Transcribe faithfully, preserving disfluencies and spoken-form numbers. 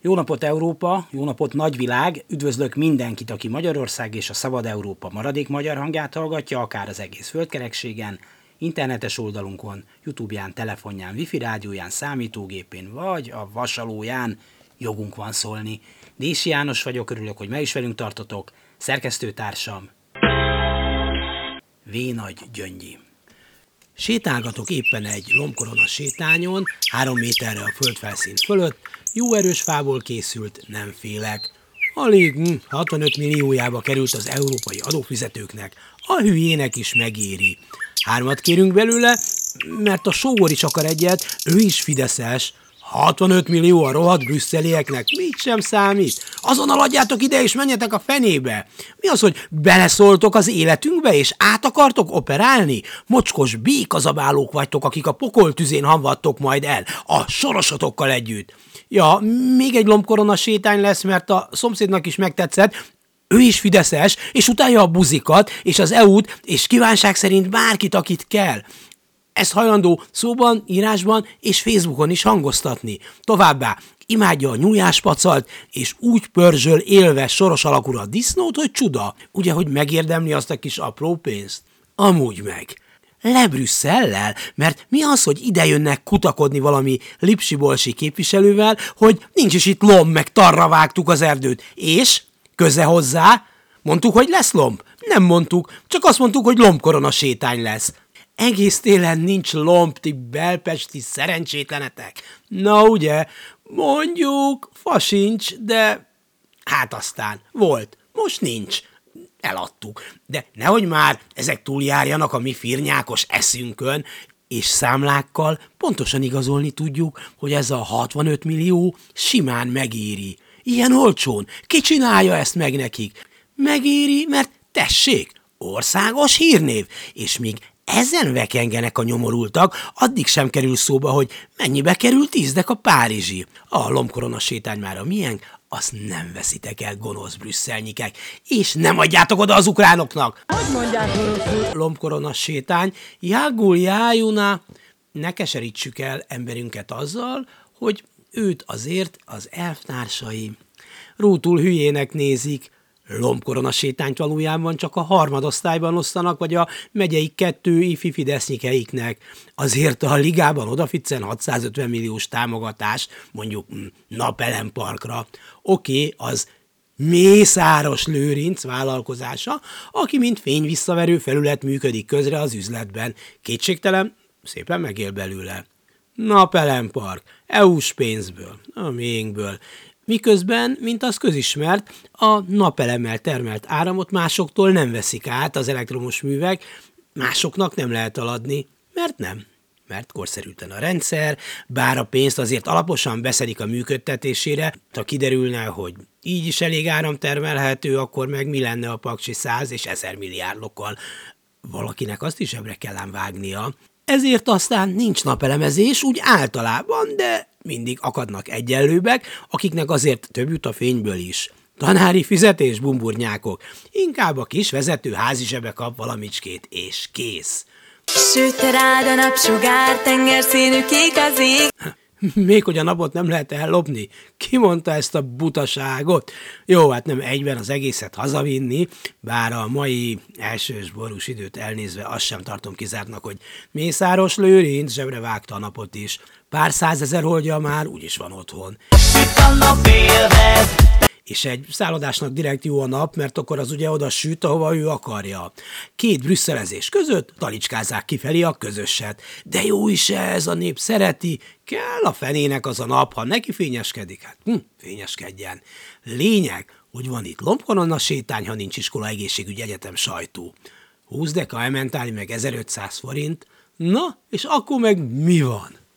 Jó napot Európa, jó napot nagyvilág, üdvözlök mindenkit, aki Magyarország és a Szabad Európa maradék magyar hangját hallgatja, akár az egész földkerekségen, internetes oldalunkon, YouTube-ján, telefonján, wifi rádióján, számítógépén vagy a vasalóján. Jogunk van szólni. Dési János vagyok, örülök, hogy meg is velünk tartotok, szerkesztőtársam V. Nagy Gyöngyi. Sétálgatok éppen egy lombkorona sétányon, három méterre a földfelszín fölött, jó erős fából készült, nem félek. Alig hm, hatvanöt milliójába került az európai adófizetőknek, a hülyének is megéri. Hármat kérünk belőle, mert a sógor is akar egyet, ő is fideszes. hatvanöt millió a rohadt brüsszelieknek, mit sem számít. Azonnal adjátok ide és menjetek a fenébe. Mi az, hogy beleszóltok az életünkbe és át akartok operálni? Mocskos békazabálók vagytok, akik a pokol tüzén hamvadtok majd el, a sorosotokkal együtt. Ja, még egy lombkorona sétány lesz, mert a szomszédnak is megtetszett, ő is fideszes, és utálja a buzikat, és az é u-t, és kívánság szerint bárkit, akit kell. Ezt hajlandó szóban, írásban és Facebookon is hangoztatni. Továbbá imádja a nyújáspacalt, és úgy pörzsöl élve soros alakúra a disznót, hogy csuda. Ugye, hogy megérdemli azt a kis apró pénzt? Amúgy meg. Le Brüsszellel, mert mi az, hogy ide jönnek kutakodni valami lipsi-bolsi képviselővel, hogy nincs is itt lomb, meg tarra vágtuk az erdőt. És? Köze hozzá? Mondtuk, hogy lesz lomb? Nem mondtuk, csak azt mondtuk, hogy lombkorona sétány lesz. Egész télen nincs lomb, ti belpesti szerencsétlenetek. Na ugye, mondjuk, fa sincs, de hát aztán volt, most nincs. Eladtuk. De nehogy már ezek túljárjanak a mi firnyákos eszünkön, és számlákkal pontosan igazolni tudjuk, hogy ez a hatvanöt millió simán megéri. Ilyen olcsón, ki csinálja ezt meg nekik? Megéri, mert tessék, országos hírnév, és míg ezen vekengenek a nyomorultak, addig sem kerül szóba, hogy mennyibe kerül tízdek a párizsi. A lombkorona sétány már a miénk, azt nem veszitek el, gonosz brüsszelnyikek, és nem adjátok oda az ukránoknak. Hogy mondják oroszul? Lombkorona sétány, jágul jájuna, ne keserítsük el emberünket azzal, hogy őt azért az elvtársai rútul hülyének nézik. Lombkorona sétányt valójában csak a harmadosztályban osztanak, vagy a megyei kettő ifi fidesznyikeiknek. Azért a ligában odaficcen hatszázötven milliós támogatás, mondjuk Napelem Parkra. Oké, okay, az Mészáros Lőrinc vállalkozása, aki mint fényvisszaverő felület működik közre az üzletben. Kétségtelen, szépen megél belőle. Napelem Park, é u-s pénzből, a miénkből. Miközben, mint az közismert, a napelemmel termelt áramot másoktól nem veszik át az elektromos művek, másoknak nem lehet eladni, mert nem. Mert korszerűtlen a rendszer, bár a pénzt azért alaposan beszedik a működtetésére, ha kiderülne, hogy így is elég áram termelhető, akkor meg mi lenne a paksi száz és ezer milliárdokkal. Valakinek azt is ebbre kell ám vágnia. Ezért aztán nincs napelemezés úgy általában, de mindig akadnak egyenlőbbek, akiknek azért több jut a fényből is. Tanári fizetés, bumburnyákok. Inkább a kis vezető házi zsebe kap valamicskét, és kész. Süt rád a napsugár, tengerszínű kék az ég. Még hogy a napot nem lehet ellopni? Ki mondta ezt a butaságot? Jó, hát nem egyben az egészet hazavinni, bár a mai elsős borús időt elnézve azt sem tartom kizártnak, hogy Mészáros Lőrinc zsebre vágta a napot is. Pár százezer holdja már úgyis van otthon. És egy szállodásnak direkt jó a nap, mert akkor az ugye oda süt, ahova ő akarja. Két brüsszelezés között talicskázzák kifelé a közösset. De jó is ez, a nép szereti, kell a fenének az a nap, ha neki fényeskedik, hát hm, fényeskedjen. Lényeg, hogy van itt lombkorona sétány, ha nincs iskola, egészségügy, egyetem, sajtó. húsz deka ementáli meg ezerötszáz forint, na, és akkor meg mi van?